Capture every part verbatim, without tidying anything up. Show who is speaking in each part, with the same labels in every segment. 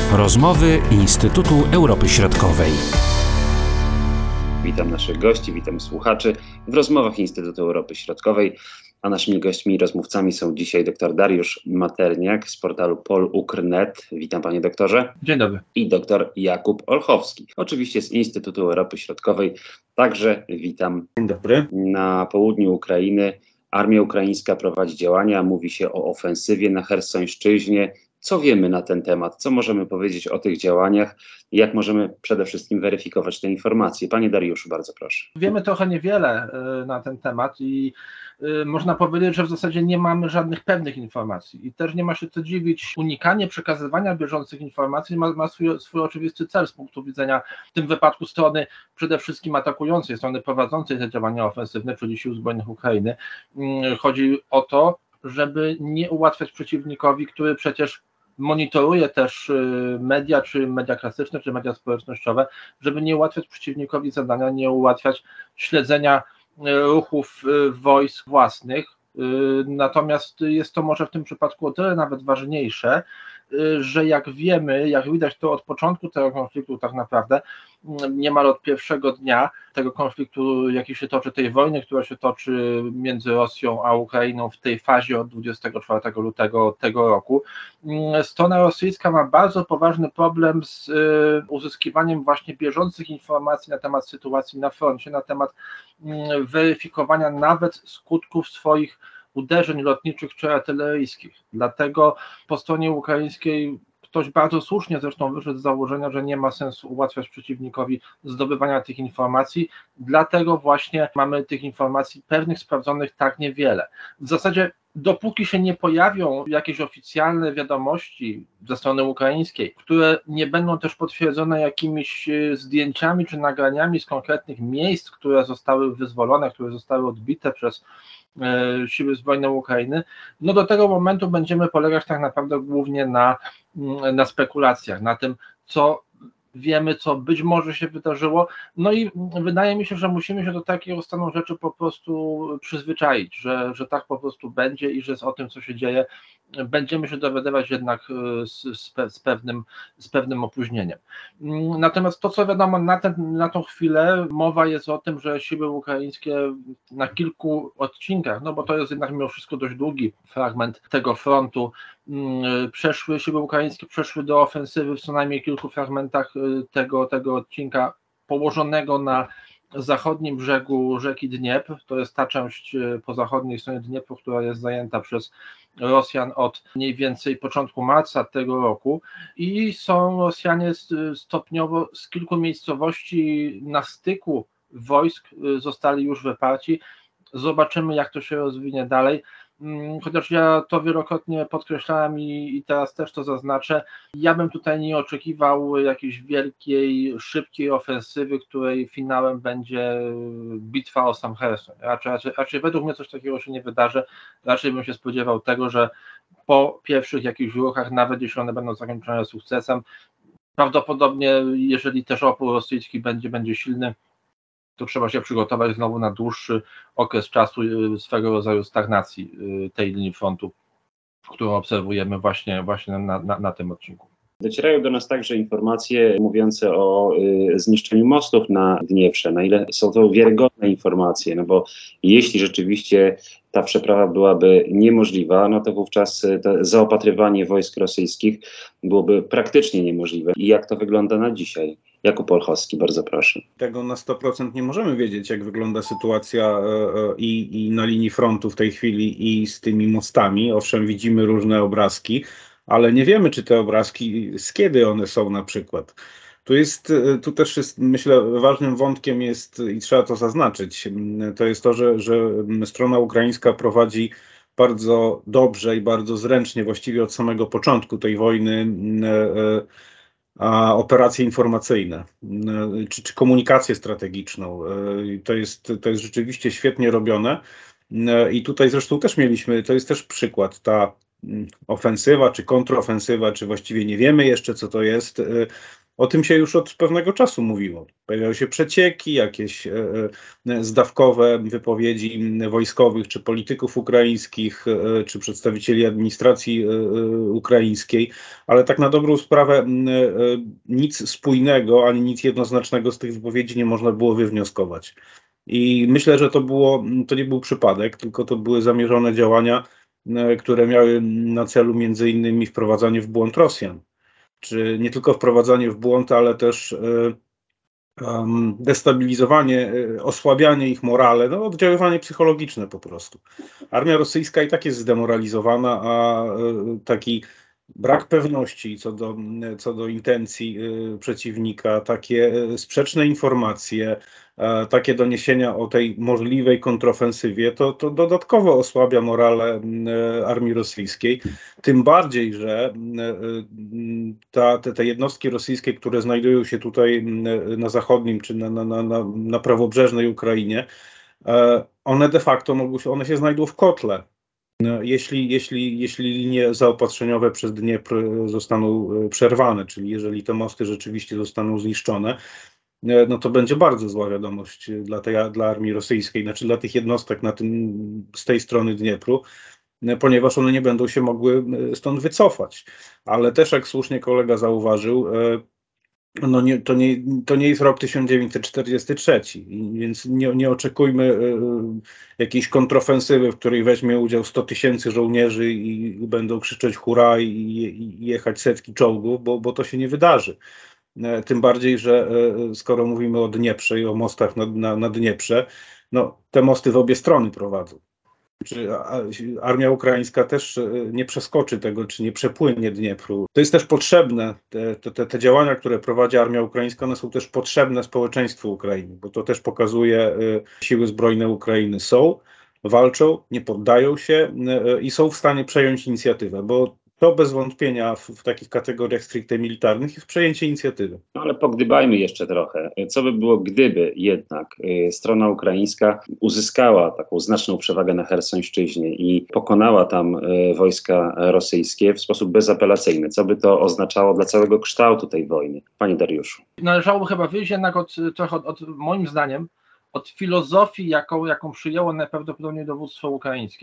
Speaker 1: Rozmowy Instytutu Europy Środkowej.
Speaker 2: Witam naszych gości, witam słuchaczy w rozmowach Instytutu Europy Środkowej, a naszymi gośćmi i rozmówcami są dzisiaj dr Dariusz Materniak z portalu pol ukr kropka net. Witam panie doktorze.
Speaker 3: Dzień dobry.
Speaker 2: I dr Jakub Olchowski, oczywiście z Instytutu Europy Środkowej. Także witam.
Speaker 3: Dzień dobry.
Speaker 2: Na południu Ukrainy armia ukraińska prowadzi działania, mówi się o ofensywie na Chersońszczyźnie. Co wiemy na ten temat? Co możemy powiedzieć o tych działaniach? Jak możemy przede wszystkim weryfikować te informacje? Panie Dariuszu, bardzo proszę.
Speaker 3: Wiemy trochę niewiele y, na ten temat i y, można powiedzieć, że w zasadzie nie mamy żadnych pewnych informacji i też nie ma się co dziwić. Unikanie przekazywania bieżących informacji ma, ma swój, swój oczywisty cel z punktu widzenia w tym wypadku strony przede wszystkim atakującej, strony prowadzącej te działania ofensywne, czyli Sił Zbrojnych Ukrainy. Y, chodzi o to, żeby nie ułatwiać przeciwnikowi, który przecież monitoruje też media, czy media klasyczne, czy media społecznościowe, żeby nie ułatwiać przeciwnikowi zadania, nie ułatwiać śledzenia ruchów wojsk własnych. Natomiast jest to może w tym przypadku o tyle nawet ważniejsze, że jak wiemy, jak widać to od początku tego konfliktu tak naprawdę, niemal od pierwszego dnia tego konfliktu, jaki się toczy, tej wojny, która się toczy między Rosją a Ukrainą w tej fazie od dwudziestego czwartego lutego tego roku, strona rosyjska ma bardzo poważny problem z uzyskiwaniem właśnie bieżących informacji na temat sytuacji na froncie, na temat weryfikowania nawet skutków swoich uderzeń lotniczych czy artyleryjskich. Dlatego po stronie ukraińskiej ktoś bardzo słusznie zresztą wyszedł z założenia, że nie ma sensu ułatwiać przeciwnikowi zdobywania tych informacji, dlatego właśnie mamy tych informacji pewnych, sprawdzonych tak niewiele. W zasadzie dopóki się nie pojawią jakieś oficjalne wiadomości ze strony ukraińskiej, które nie będą też potwierdzone jakimiś zdjęciami czy nagraniami z konkretnych miejsc, które zostały wyzwolone, które zostały odbite przez Siły Zbrojne Ukrainy, no do tego momentu będziemy polegać tak naprawdę głównie na, na spekulacjach, na tym, co wiemy, co być może się wydarzyło, no i wydaje mi się, że musimy się do takiego stanu rzeczy po prostu przyzwyczaić, że, że tak po prostu będzie i że o tym, co się dzieje, będziemy się dowiadywać jednak z, z, pe, z, pewnym, z pewnym opóźnieniem. Natomiast to, co wiadomo na, ten, na tą chwilę, mowa jest o tym, że siły ukraińskie na kilku odcinkach, no bo to jest jednak mimo wszystko dość długi fragment tego frontu, przeszły, siły ukraińskie przeszły do ofensywy w co najmniej kilku fragmentach tego, tego odcinka położonego na zachodnim brzegu rzeki Dniepr. To jest ta część po zachodniej stronie Dniepru, która jest zajęta przez Rosjan od mniej więcej początku marca tego roku i są Rosjanie stopniowo z kilku miejscowości na styku wojsk zostali już wyparci. Zobaczymy, jak to się rozwinie dalej. Chociaż ja to wielokrotnie podkreślałem i, i teraz też to zaznaczę, ja bym tutaj nie oczekiwał jakiejś wielkiej, szybkiej ofensywy, której finałem będzie bitwa o sam Cherson. Raczej, raczej, raczej według mnie coś takiego się nie wydarzy, raczej bym się spodziewał tego, że po pierwszych jakichś ruchach, nawet jeśli one będą zakończone sukcesem, prawdopodobnie jeżeli też opór rosyjski będzie, będzie silny, to trzeba się przygotować znowu na dłuższy okres czasu swego rodzaju stagnacji tej linii frontu, którą obserwujemy właśnie, właśnie na, na, na tym odcinku.
Speaker 2: Docierają do nas także informacje mówiące o y, zniszczeniu mostów na Dnieprze. Na ile są to wiarygodne informacje? No bo jeśli rzeczywiście ta przeprawa byłaby niemożliwa, no to wówczas to zaopatrywanie wojsk rosyjskich byłoby praktycznie niemożliwe. I jak to wygląda na dzisiaj? Jakub Olchowski, bardzo proszę.
Speaker 4: Tego na sto procent nie możemy wiedzieć, jak wygląda sytuacja i, i na linii frontu w tej chwili i z tymi mostami. Owszem, widzimy różne obrazki, ale nie wiemy, czy te obrazki, z kiedy one są na przykład. Tu jest, tu też jest, myślę, ważnym wątkiem jest, i trzeba to zaznaczyć, to jest to, że, że strona ukraińska prowadzi bardzo dobrze i bardzo zręcznie, właściwie od samego początku tej wojny, a operacje informacyjne, czy, czy komunikację strategiczną. To jest, to jest rzeczywiście świetnie robione i tutaj zresztą też mieliśmy, to jest też przykład, ta ofensywa, czy kontrofensywa, czy właściwie nie wiemy jeszcze, co to jest. O tym się już od pewnego czasu mówiło. Pojawiały się przecieki, jakieś e, e, zdawkowe wypowiedzi wojskowych czy polityków ukraińskich, e, czy przedstawicieli administracji e, e, ukraińskiej, ale tak na dobrą sprawę e, e, nic spójnego ani nic jednoznacznego z tych wypowiedzi nie można było wywnioskować. I myślę, że to było, to nie był przypadek, tylko to były zamierzone działania, e, które miały na celu między innymi wprowadzanie w błąd Rosjan. Czy nie tylko wprowadzanie w błąd, ale też um, destabilizowanie, osłabianie ich morale, no oddziaływanie psychologiczne po prostu. Armia rosyjska i tak jest zdemoralizowana, a taki brak pewności co do, co do intencji przeciwnika, takie sprzeczne informacje, takie doniesienia o tej możliwej kontrofensywie, to, to dodatkowo osłabia morale armii rosyjskiej. Tym bardziej, że ta, te, te jednostki rosyjskie, które znajdują się tutaj na zachodnim czy na, na, na, na prawobrzeżnej Ukrainie, one de facto mogą się, one się znajdą w kotle. Jeśli, jeśli, jeśli linie zaopatrzeniowe przez Dniepr zostaną przerwane, czyli jeżeli te mosty rzeczywiście zostaną zniszczone, no to będzie bardzo zła wiadomość dla, tej, dla armii rosyjskiej, znaczy dla tych jednostek na tym, z tej strony Dniepru, ponieważ one nie będą się mogły stąd wycofać. Ale też, jak słusznie kolega zauważył, no nie, to, nie, to nie jest rok tysiąc dziewięćset czterdziesty trzeci, więc nie, nie oczekujmy jakiejś kontrofensywy, w której weźmie udział sto tysięcy żołnierzy i będą krzyczeć hurra i, i jechać setki czołgów, bo, bo to się nie wydarzy. Tym bardziej, że skoro mówimy o Dnieprze i o mostach na, na, na Dnieprze, no te mosty w obie strony prowadzą. Czy armia ukraińska też nie przeskoczy tego, czy nie przepłynie Dniepru. To jest też potrzebne, te, te, te działania, które prowadzi armia ukraińska, one są też potrzebne społeczeństwu Ukrainy, bo to też pokazuje, siły zbrojne Ukrainy są, walczą, nie poddają się i są w stanie przejąć inicjatywę, bo to bez wątpienia w, w takich kategoriach stricte militarnych jest przejęcie inicjatywy.
Speaker 2: No ale pogdybajmy jeszcze trochę. Co by było, gdyby jednak y, strona ukraińska uzyskała taką znaczną przewagę na Chersońszczyźnie i pokonała tam y, wojska rosyjskie w sposób bezapelacyjny? Co by to oznaczało dla całego kształtu tej wojny? Panie Dariuszu.
Speaker 3: Należałoby chyba wyjść jednak od, trochę od, od moim zdaniem, od filozofii, jaką, jaką przyjęło najprawdopodobniej dowództwo ukraińskie.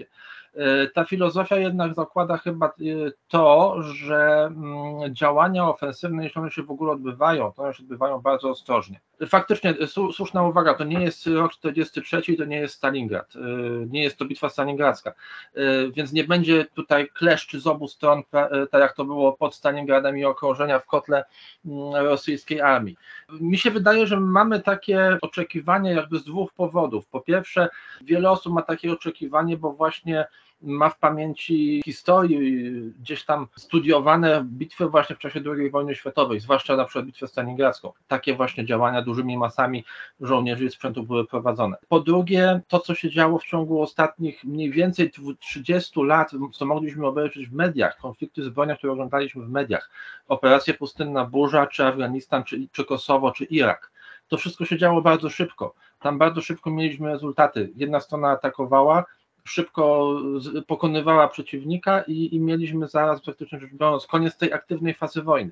Speaker 3: Ta filozofia jednak zakłada chyba to, że działania ofensywne, jeśli one się w ogóle odbywają, to one się odbywają bardzo ostrożnie. Faktycznie, słuszna uwaga, to nie jest rok czterdziesty trzeci, to nie jest Stalingrad, nie jest to bitwa stalingradzka, więc nie będzie tutaj kleszczy z obu stron, tak jak to było pod Stalingradem i okrążenia w kotle rosyjskiej armii. Mi się wydaje, że mamy takie oczekiwanie jakby z dwóch powodów. Po pierwsze, wiele osób ma takie oczekiwanie, bo właśnie ma w pamięci historii gdzieś tam studiowane bitwy właśnie w czasie drugiej wojny światowej, zwłaszcza na przykład bitwę stalingradzką. Takie właśnie działania dużymi masami żołnierzy i sprzętu były prowadzone. Po drugie, to co się działo w ciągu ostatnich mniej więcej trzydziestu lat, co mogliśmy obejrzeć w mediach, konflikty zbrojne, które oglądaliśmy w mediach, operacje Pustynna Burza, czy Afganistan, czy, czy Kosowo, czy Irak. To wszystko się działo bardzo szybko. Tam bardzo szybko mieliśmy rezultaty. Jedna strona atakowała, szybko pokonywała przeciwnika i, i mieliśmy zaraz praktycznie rzecz biorąc koniec tej aktywnej fazy wojny.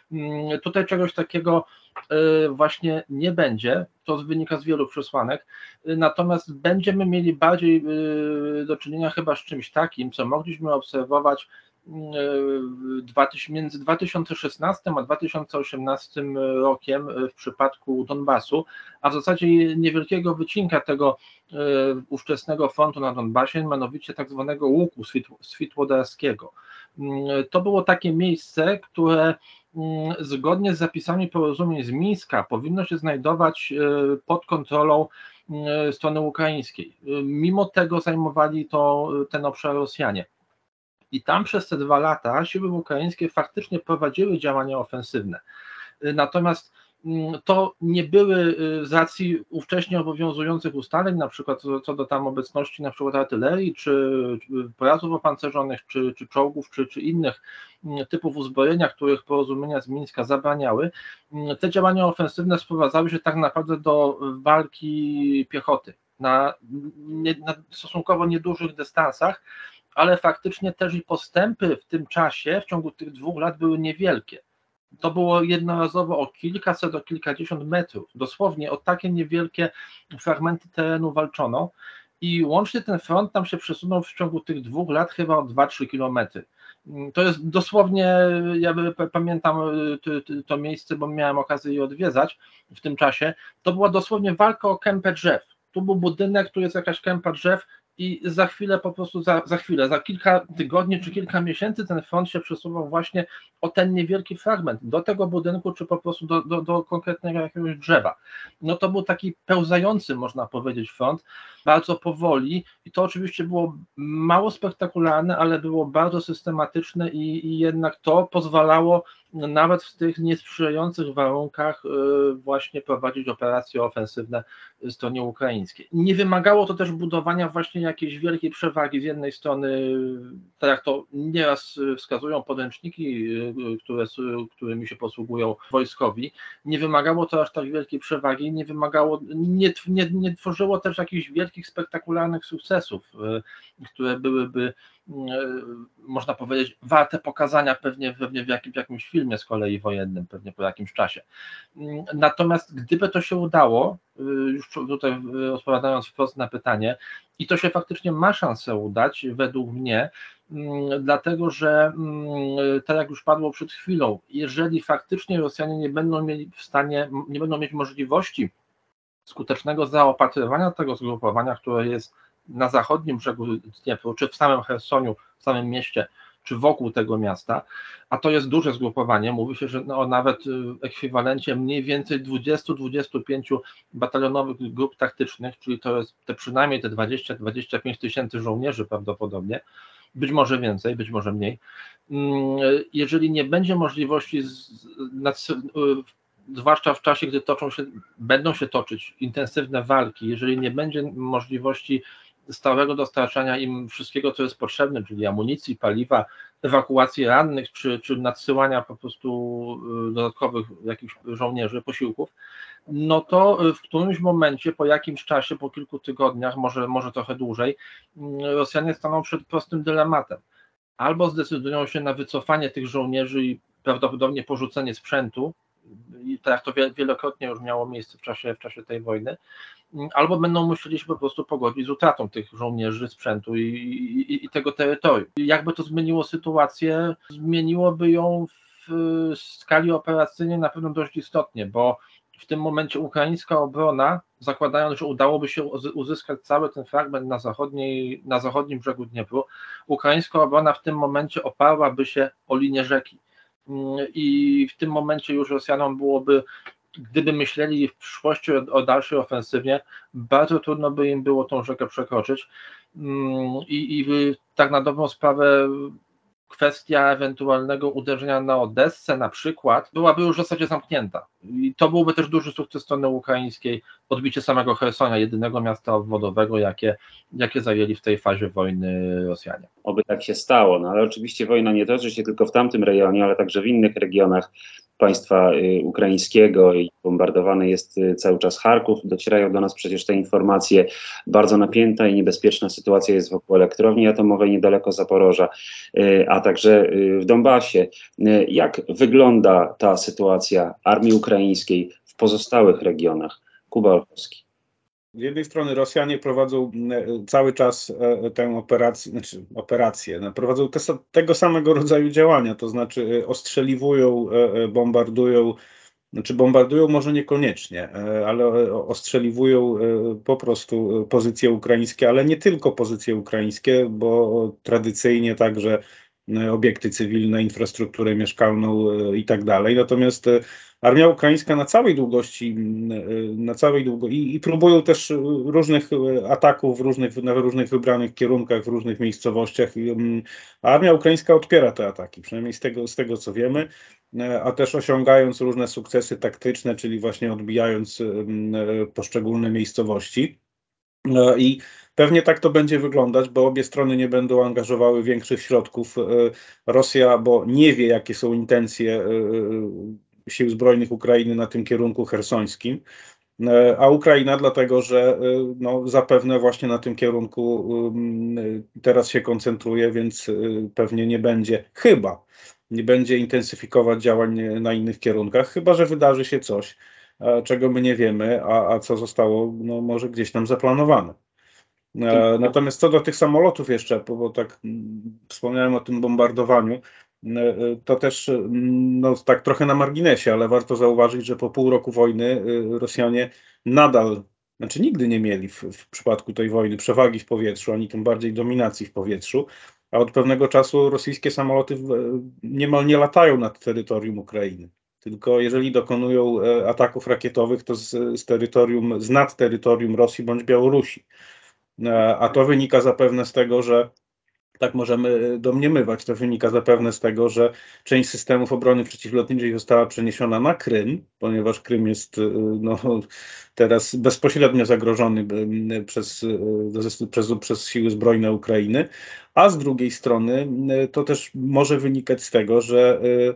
Speaker 3: Tutaj czegoś takiego właśnie nie będzie, to wynika z wielu przesłanek, natomiast będziemy mieli bardziej do czynienia chyba z czymś takim, co mogliśmy obserwować między dwa tysiące szesnastym a dwa tysiące osiemnastym rokiem w przypadku Donbasu, a w zasadzie niewielkiego wycinka tego ówczesnego frontu na Donbasie, mianowicie tak zwanego łuku Switłodarskiego. To było takie miejsce, które zgodnie z zapisami porozumień z Mińska powinno się znajdować pod kontrolą strony ukraińskiej. Mimo tego zajmowali to ten obszar Rosjanie. I tam przez te dwa lata siły ukraińskie faktycznie prowadziły działania ofensywne. Natomiast to nie były z racji ówcześnie obowiązujących ustaleń, na przykład co do tam obecności na przykład artylerii, czy pojazdów opancerzonych, czy, czy czołgów, czy, czy innych typów uzbrojenia, których porozumienia z Mińska zabraniały. Te działania ofensywne sprowadzały się tak naprawdę do walki piechoty na, na stosunkowo niedużych dystansach, ale faktycznie też i postępy w tym czasie, w ciągu tych dwóch lat były niewielkie. to było jednorazowo o kilkaset, o kilkadziesiąt metrów, dosłownie o takie niewielkie fragmenty terenu walczono i łącznie ten front tam się przesunął w ciągu tych dwóch lat chyba o dwa trzy kilometry. To jest dosłownie, ja pamiętam to, to miejsce, bo miałem okazję je odwiedzać w tym czasie, to była dosłownie walka o kępę drzew. Tu był budynek, tu jest jakaś kępa drzew i za chwilę po prostu, za, za chwilę, za kilka tygodni czy kilka miesięcy ten front się przesuwał właśnie o ten niewielki fragment, do tego budynku, czy po prostu do, do, do konkretnego jakiegoś drzewa. No to był taki pełzający, można powiedzieć, front, bardzo powoli i to oczywiście było mało spektakularne, ale było bardzo systematyczne i, i jednak to pozwalało nawet w tych niesprzyjających warunkach właśnie prowadzić operacje ofensywne w stronie ukraińskiej. Nie wymagało to też budowania właśnie jakiejś wielkiej przewagi z jednej strony, tak jak to nieraz wskazują podręczniki, które, którymi się posługują wojskowi, nie wymagało to aż tak wielkiej przewagi, nie wymagało, nie, nie, nie tworzyło też jakichś wielkich, spektakularnych sukcesów, które byłyby, można powiedzieć, warte pokazania pewnie, pewnie w, jakim, w jakimś filmie z kolei wojennym, pewnie po jakimś czasie. Natomiast gdyby to się udało, już tutaj odpowiadając wprost na pytanie, i to się faktycznie ma szansę udać, według mnie, dlatego że, tak jak już padło przed chwilą, jeżeli faktycznie Rosjanie nie będą mieli w stanie, nie będą mieć możliwości skutecznego zaopatrywania tego zgrupowania, które jest na zachodnim brzegu Dniepru, czy w samym Chersoniu, w samym mieście, czy wokół tego miasta, a to jest duże zgrupowanie, mówi się, że no, o nawet ekwiwalencie mniej więcej dwudziestu do dwudziestu pięciu batalionowych grup taktycznych, czyli to jest te przynajmniej te dwadzieścia do dwudziestu pięciu tysięcy żołnierzy prawdopodobnie, być może więcej, być może mniej. Jeżeli nie będzie możliwości, z, nad, zwłaszcza w czasie, gdy toczą się, będą się toczyć intensywne walki, jeżeli nie będzie możliwości stałego dostarczania im wszystkiego, co jest potrzebne, czyli amunicji, paliwa, ewakuacji rannych, czy, czy nadsyłania po prostu dodatkowych jakichś żołnierzy, posiłków, no to w którymś momencie, po jakimś czasie, po kilku tygodniach, może, może trochę dłużej, Rosjanie staną przed prostym dylematem. Albo zdecydują się na wycofanie tych żołnierzy i prawdopodobnie porzucenie sprzętu, i tak jak to wielokrotnie już miało miejsce w czasie, w czasie tej wojny, albo będą musieli się po prostu pogodzić z utratą tych żołnierzy, sprzętu i, i, i tego terytorium. Jakby to zmieniło sytuację, zmieniłoby ją w skali operacyjnej na pewno dość istotnie, bo w tym momencie ukraińska obrona, zakładając, że udałoby się uzyskać cały ten fragment na, zachodniej, na zachodnim brzegu Dniepru, ukraińska obrona w tym momencie oparłaby się o linię rzeki. I w tym momencie już Rosjanom byłoby, gdyby myśleli w przyszłości o, o dalszej ofensywie, bardzo trudno by im było tą rzekę przekroczyć i, i tak na dobrą sprawę kwestia ewentualnego uderzenia na Odessę na przykład byłaby już w zasadzie zamknięta. I to byłby też duży sukces strony ukraińskiej, odbicie samego Chersonia, jedynego miasta obwodowego, jakie, jakie zajęli w tej fazie wojny Rosjanie.
Speaker 2: Oby tak się stało, no ale oczywiście wojna nie toczy się tylko w tamtym rejonie, ale także w innych regionach państwa y, ukraińskiego i bombardowany jest y, cały czas Charków. Docierają do nas przecież te informacje. Bardzo napięta i niebezpieczna sytuacja jest wokół elektrowni atomowej niedaleko Zaporoża, y, a także y, w Donbasie. Y, jak wygląda ta sytuacja armii ukraińskiej w pozostałych regionach? Kuba Olkowski.
Speaker 4: Z jednej strony Rosjanie prowadzą cały czas tę operację, znaczy operację, prowadzą te, tego samego rodzaju działania, to znaczy ostrzeliwują, bombardują, znaczy bombardują może niekoniecznie, ale ostrzeliwują po prostu pozycje ukraińskie, ale nie tylko pozycje ukraińskie, bo tradycyjnie także obiekty cywilne, infrastrukturę mieszkalną i tak dalej. Natomiast armia ukraińska na całej długości, na całej długości i próbują też różnych ataków w różnych, na różnych wybranych kierunkach, w różnych miejscowościach. A armia ukraińska odpiera te ataki, przynajmniej z tego, z tego co wiemy, a też osiągając różne sukcesy taktyczne, czyli właśnie odbijając poszczególne miejscowości. I pewnie tak to będzie wyglądać, bo obie strony nie będą angażowały większych środków. Rosja, bo nie wie, jakie są intencje sił zbrojnych Ukrainy na tym kierunku chersońskim, a Ukraina dlatego, że no, zapewne właśnie na tym kierunku teraz się koncentruje, więc pewnie nie będzie, chyba nie będzie intensyfikować działań na innych kierunkach, chyba że wydarzy się coś, czego my nie wiemy, a, a co zostało no, może gdzieś tam zaplanowane. Natomiast co do tych samolotów jeszcze, bo tak wspomniałem o tym bombardowaniu, to też no, tak trochę na marginesie, ale warto zauważyć, że po pół roku wojny Rosjanie nadal, znaczy nigdy nie mieli w, w przypadku tej wojny przewagi w powietrzu, ani tym bardziej dominacji w powietrzu, a od pewnego czasu rosyjskie samoloty niemal nie latają nad terytorium Ukrainy. Tylko jeżeli dokonują ataków rakietowych, to z, z terytorium, z nad terytorium Rosji bądź Białorusi. A to wynika zapewne z tego, że tak możemy domniemywać, to wynika zapewne z tego, że część systemów obrony przeciwlotniczej została przeniesiona na Krym, ponieważ Krym jest no, teraz bezpośrednio zagrożony przez, przez, przez siły zbrojne Ukrainy, a z drugiej strony to też może wynikać z tego, że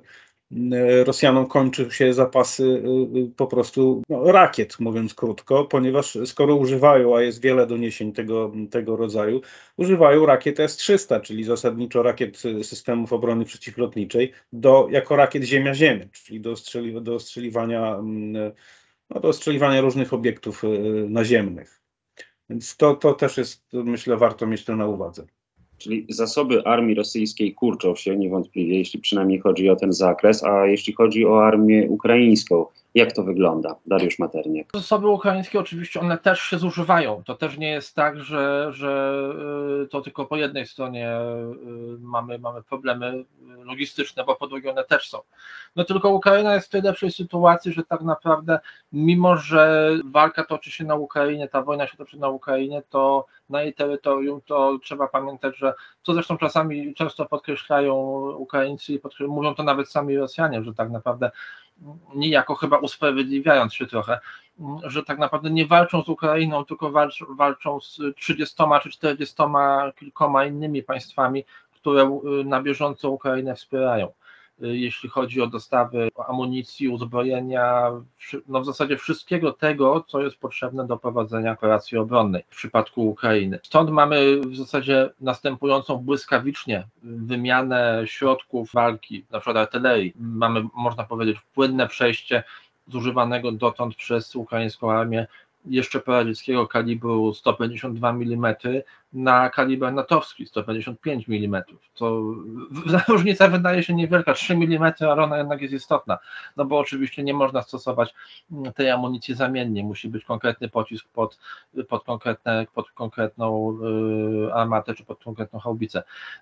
Speaker 4: Rosjanom kończy się zapasy po prostu no, rakiet, mówiąc krótko, ponieważ skoro używają, a jest wiele doniesień tego, tego rodzaju, używają rakiet S trzysta, czyli zasadniczo rakiet systemów obrony przeciwlotniczej, do, jako rakiet ziemia-ziemia, czyli do, strzeli, do, ostrzeliwania, no, do ostrzeliwania różnych obiektów naziemnych. Więc to, to też jest, myślę, warto mieć to na uwadze.
Speaker 2: Czyli zasoby armii rosyjskiej kurczą się niewątpliwie, jeśli przynajmniej chodzi o ten zakres, a jeśli chodzi o armię ukraińską, jak to wygląda? Dariusz Materniak.
Speaker 3: Zasoby ukraińskie oczywiście one też się zużywają. To też nie jest tak, że, że to tylko po jednej stronie mamy, mamy problemy logistyczne, bo po drugiej one też są. No tylko Ukraina jest w tej lepszej sytuacji, że tak naprawdę mimo, że walka toczy się na Ukrainie, ta wojna się toczy na Ukrainie, to na jej terytorium to trzeba pamiętać, że co zresztą czasami często podkreślają Ukraińcy i podkreślają, mówią to nawet sami Rosjanie, że tak naprawdę niejako chyba usprawiedliwiając się trochę, że tak naprawdę nie walczą z Ukrainą, tylko walcz, walczą z trzydziestoma czy czterdziestoma kilkoma innymi państwami, które na bieżąco Ukrainę wspierają. Jeśli chodzi o dostawy amunicji, uzbrojenia, no w zasadzie wszystkiego tego, co jest potrzebne do prowadzenia operacji obronnej w przypadku Ukrainy. Stąd mamy w zasadzie następującą błyskawicznie wymianę środków walki, na przykład artylerii. Mamy, można powiedzieć, płynne przejście zużywanego dotąd przez ukraińską armię jeszcze poradzieckiego kalibru sto pięćdziesiąt dwa milimetry na kaliber natowski sto pięćdziesiąt pięć milimetrów. To różnica wydaje się niewielka, trzy milimetry, ale ona jednak jest istotna, no bo oczywiście nie można stosować tej amunicji zamiennie, musi być konkretny pocisk pod, pod, konkretne, pod konkretną y, armatę czy pod konkretną haubicę.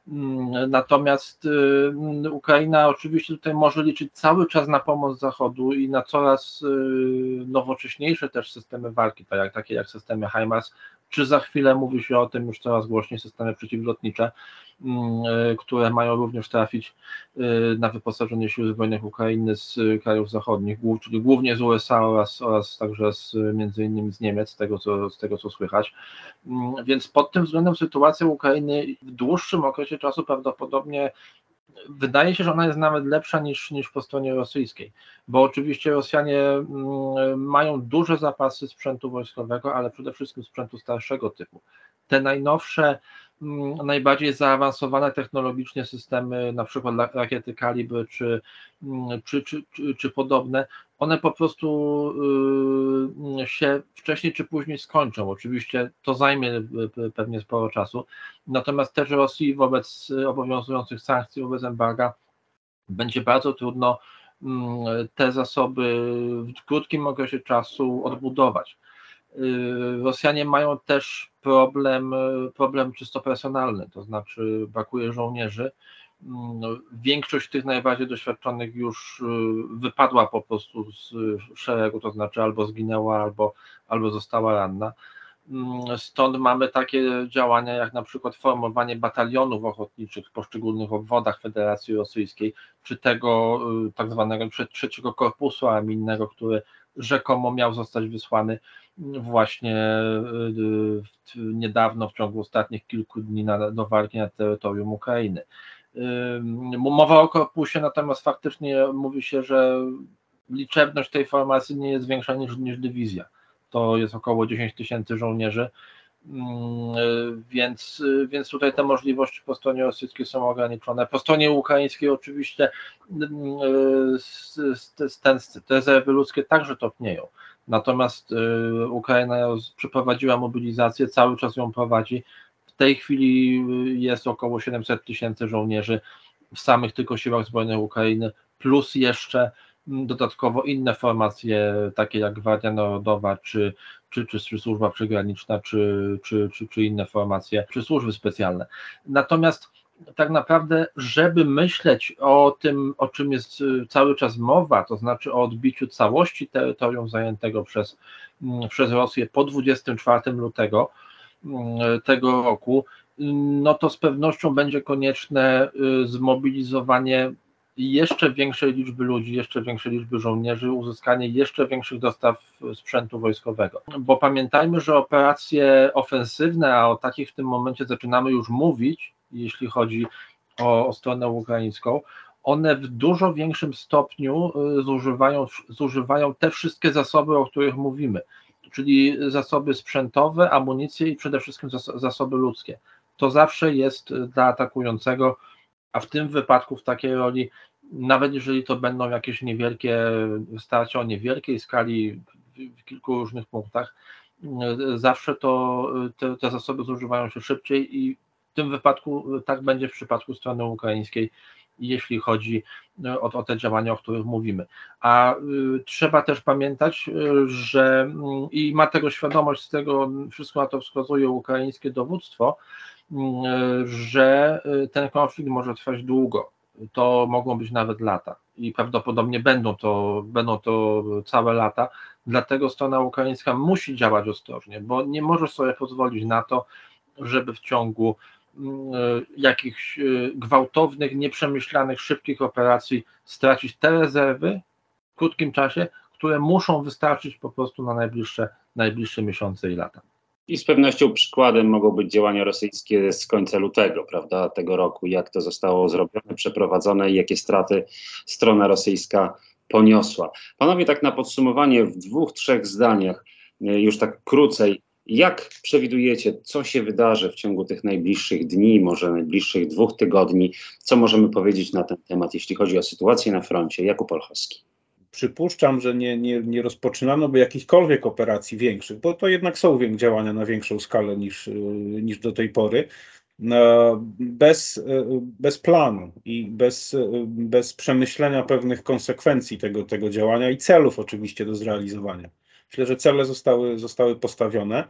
Speaker 3: Natomiast y, Ukraina oczywiście tutaj może liczyć cały czas na pomoc Zachodu i na coraz y, nowocześniejsze też systemy walki, tak jak, takie jak systemy HIMARS, czy za chwilę mówi się o tym już coraz głośniej systemy przeciwlotnicze, które mają również trafić na wyposażenie sił zbrojnych Ukrainy z krajów zachodnich, czyli głównie z U S A oraz, oraz także z, między innymi z Niemiec, z tego, co, z tego co słychać. Więc pod tym względem sytuacja Ukrainy w dłuższym okresie czasu prawdopodobnie wydaje się, że ona jest nawet lepsza niż, niż po stronie rosyjskiej, bo oczywiście Rosjanie mają duże zapasy sprzętu wojskowego, ale przede wszystkim sprzętu starszego typu. Te najnowsze, najbardziej zaawansowane technologicznie systemy, na przykład rakiety Kalibr czy, czy, czy, czy, czy podobne, one po prostu się wcześniej czy później skończą. Oczywiście to zajmie pewnie sporo czasu, natomiast też Rosji wobec obowiązujących sankcji, wobec embarga będzie bardzo trudno te zasoby w krótkim okresie czasu odbudować. Rosjanie mają też problem, problem czysto personalny, to znaczy brakuje żołnierzy. Większość tych najbardziej doświadczonych już wypadła po prostu z szeregu, to znaczy albo zginęła, albo, albo została ranna. Stąd mamy takie działania jak na przykład formowanie batalionów ochotniczych w poszczególnych obwodach Federacji Rosyjskiej, czy tego tak zwanego trzeciego korpusu armijnego, który rzekomo miał zostać wysłany właśnie niedawno, w ciągu ostatnich kilku dni na, do walki na terytorium Ukrainy. Mowa o korpusie, natomiast faktycznie mówi się, że liczebność tej formacji nie jest większa niż, niż dywizja. To jest około dziesięć tysięcy żołnierzy, Więc, więc tutaj te możliwości po stronie rosyjskiej są ograniczone. Po stronie ukraińskiej oczywiście te, te rezerwy ludzkie także topnieją. Natomiast Ukraina przeprowadziła mobilizację, cały czas ją prowadzi. W tej chwili jest około siedemset tysięcy żołnierzy w samych tylko siłach zbrojnych Ukrainy, plus jeszcze dodatkowo inne formacje, takie jak Gwardia Narodowa, czy, czy, czy, czy Służba Przygraniczna, czy, czy, czy, czy inne formacje, czy służby specjalne. Natomiast tak naprawdę, żeby myśleć o tym, o czym jest cały czas mowa, to znaczy o odbiciu całości terytorium zajętego przez, przez Rosję po dwudziestego czwartego lutego tego roku, no to z pewnością będzie konieczne zmobilizowanie jeszcze większej liczby ludzi, jeszcze większej liczby żołnierzy, uzyskanie jeszcze większych dostaw sprzętu wojskowego. Bo pamiętajmy, że operacje ofensywne, a o takich w tym momencie zaczynamy już mówić, jeśli chodzi o, o stronę ukraińską, one w dużo większym stopniu zużywają, zużywają te wszystkie zasoby, o których mówimy, czyli zasoby sprzętowe, amunicje i przede wszystkim zasoby ludzkie. To zawsze jest dla atakującego, a w tym wypadku w takiej roli, nawet jeżeli to będą jakieś niewielkie starcia o niewielkiej skali w kilku różnych punktach, zawsze to te, te zasoby zużywają się szybciej i w tym wypadku tak będzie w przypadku strony ukraińskiej, jeśli chodzi o, o te działania, o których mówimy. A y, trzeba też pamiętać, y, że y, i ma tego świadomość, z tego wszystko na to wskazuje ukraińskie dowództwo, y, że y, ten konflikt może trwać długo. To mogą być nawet lata i prawdopodobnie będą to, będą to całe lata, dlatego strona ukraińska musi działać ostrożnie, bo nie może sobie pozwolić na to, żeby w ciągu jakichś gwałtownych, nieprzemyślanych, szybkich operacji stracić te rezerwy w krótkim czasie, które muszą wystarczyć po prostu na najbliższe, najbliższe miesiące i lata.
Speaker 2: I z pewnością przykładem mogą być działania rosyjskie z końca lutego, prawda, tego roku, jak to zostało zrobione, przeprowadzone i jakie straty strona rosyjska poniosła. Panowie, tak na podsumowanie w dwóch, trzech zdaniach, już tak krócej, jak przewidujecie, co się wydarzy w ciągu tych najbliższych dni, może najbliższych dwóch tygodni? Co możemy powiedzieć na ten temat, jeśli chodzi o sytuację na froncie? Jakub Olchowski.
Speaker 4: Przypuszczam, że nie, nie, nie rozpoczynano by jakichkolwiek operacji większych, bo to jednak są działania na większą skalę niż, niż do tej pory. Bez, bez planu i bez, bez przemyślenia pewnych konsekwencji tego, tego działania i celów oczywiście do zrealizowania. Myślę, że cele zostały, zostały postawione.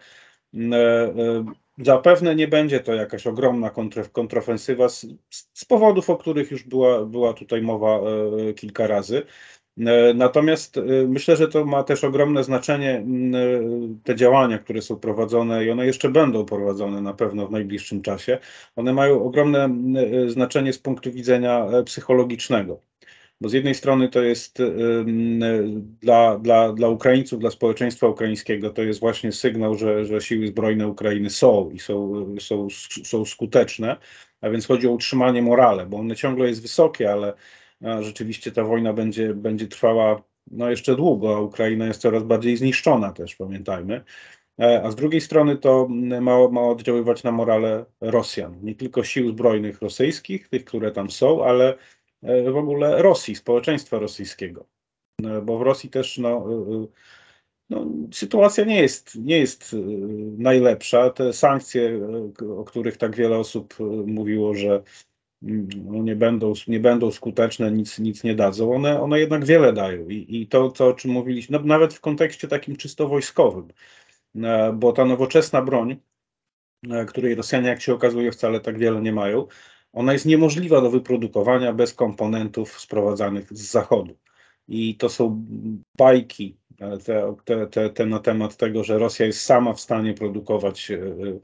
Speaker 4: Zapewne nie będzie to jakaś ogromna kontr, kontrofensywa z, z powodów, o których już była, była tutaj mowa kilka razy. Natomiast myślę, że to ma też ogromne znaczenie, te działania, które są prowadzone i one jeszcze będą prowadzone na pewno w najbliższym czasie. One mają ogromne znaczenie z punktu widzenia psychologicznego. Bo z jednej strony to jest dla, dla, dla Ukraińców, dla społeczeństwa ukraińskiego, to jest właśnie sygnał, że, że siły zbrojne Ukrainy są i są, są, są skuteczne, a więc chodzi o utrzymanie morale, bo one ciągle jest wysokie, ale rzeczywiście ta wojna będzie, będzie trwała no, jeszcze długo, a Ukraina jest coraz bardziej zniszczona też, pamiętajmy. A z drugiej strony to ma, ma oddziaływać na morale Rosjan, nie tylko sił zbrojnych rosyjskich, tych, które tam są, ale w ogóle Rosji, społeczeństwa rosyjskiego, bo w Rosji też no, no, sytuacja nie jest, nie jest najlepsza. Te sankcje, o których tak wiele osób mówiło, że no, nie będą, nie będą skuteczne, nic, nic nie dadzą, one, one jednak wiele dają i, i to, to, o czym mówiliśmy, no, nawet w kontekście takim czysto wojskowym, bo ta nowoczesna broń, której Rosjanie, jak się okazuje, wcale tak wiele nie mają, ona jest niemożliwa do wyprodukowania bez komponentów sprowadzanych z zachodu. I to są bajki te, te, te, te na temat tego, że Rosja jest sama w stanie produkować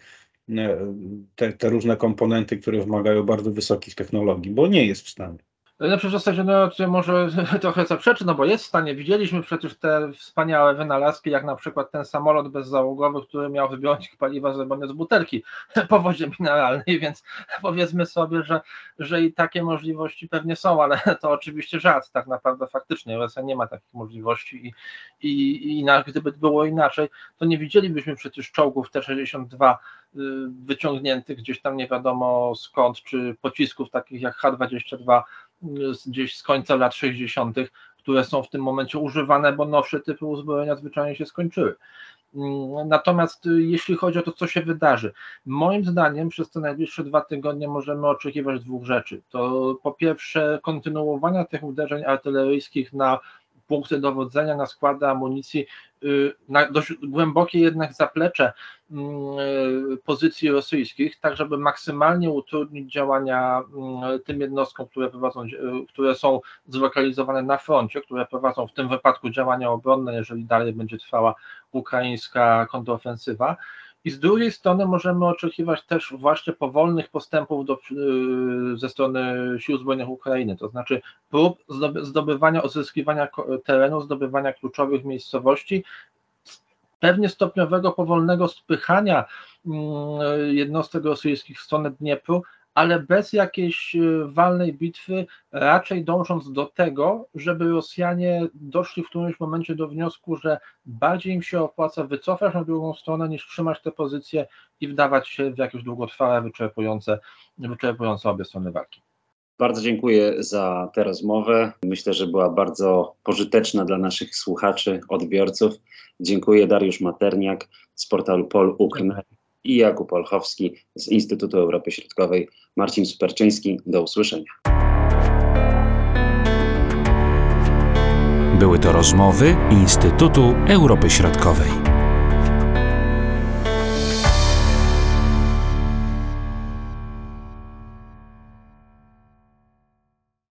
Speaker 4: te, te różne komponenty, które wymagają bardzo wysokich technologii, bo nie jest w stanie.
Speaker 3: Znaczy w zasadzie no, to może trochę zaprzeczy, no bo jest w stanie. Widzieliśmy przecież te wspaniałe wynalazki, jak na przykład ten samolot bezzałogowy, który miał wybiornik paliwa zrobiony z butelki po wodzie mineralnej, więc powiedzmy sobie, że, że i takie możliwości pewnie są, ale to oczywiście żart, tak naprawdę faktycznie U S A nie ma takich możliwości i, i, i na, gdyby było inaczej, to nie widzielibyśmy przecież czołgów T sześćdziesiąt dwa wyciągniętych gdzieś tam nie wiadomo skąd, czy pocisków takich jak H dwadzieścia dwa gdzieś z końca lat sześćdziesiątych, które są w tym momencie używane, bo nowsze typy uzbrojenia zwyczajnie się skończyły. Natomiast jeśli chodzi o to, co się wydarzy, moim zdaniem przez te najbliższe dwa tygodnie możemy oczekiwać dwóch rzeczy. To po pierwsze kontynuowania tych uderzeń artyleryjskich na punkty dowodzenia, na składy amunicji, na dość głębokie jednak zaplecze pozycji rosyjskich, tak żeby maksymalnie utrudnić działania tym jednostkom, które prowadzą, które są zlokalizowane na froncie, które prowadzą w tym wypadku działania obronne, jeżeli dalej będzie trwała ukraińska kontrofensywa. I z drugiej strony możemy oczekiwać też właśnie powolnych postępów do, ze strony Sił Zbrojnych Ukrainy, to znaczy prób zdobywania, odzyskiwania terenu, zdobywania kluczowych miejscowości, pewnie stopniowego, powolnego spychania jednostek rosyjskich w stronę Dniepru, ale bez jakiejś walnej bitwy, raczej dążąc do tego, żeby Rosjanie doszli w którymś momencie do wniosku, że bardziej im się opłaca wycofać na drugą stronę, niż trzymać te pozycje i wdawać się w jakieś długotrwałe, wyczerpujące, wyczerpujące obie strony walki.
Speaker 2: Bardzo dziękuję za tę rozmowę. Myślę, że była bardzo pożyteczna dla naszych słuchaczy, odbiorców. Dziękuję. Dariusz Materniak z portalu Pol Ukr i Jakub Olchowski z Instytutu Europy Środkowej. Marcin Superczyński. Do usłyszenia.
Speaker 1: Były to rozmowy Instytutu Europy Środkowej.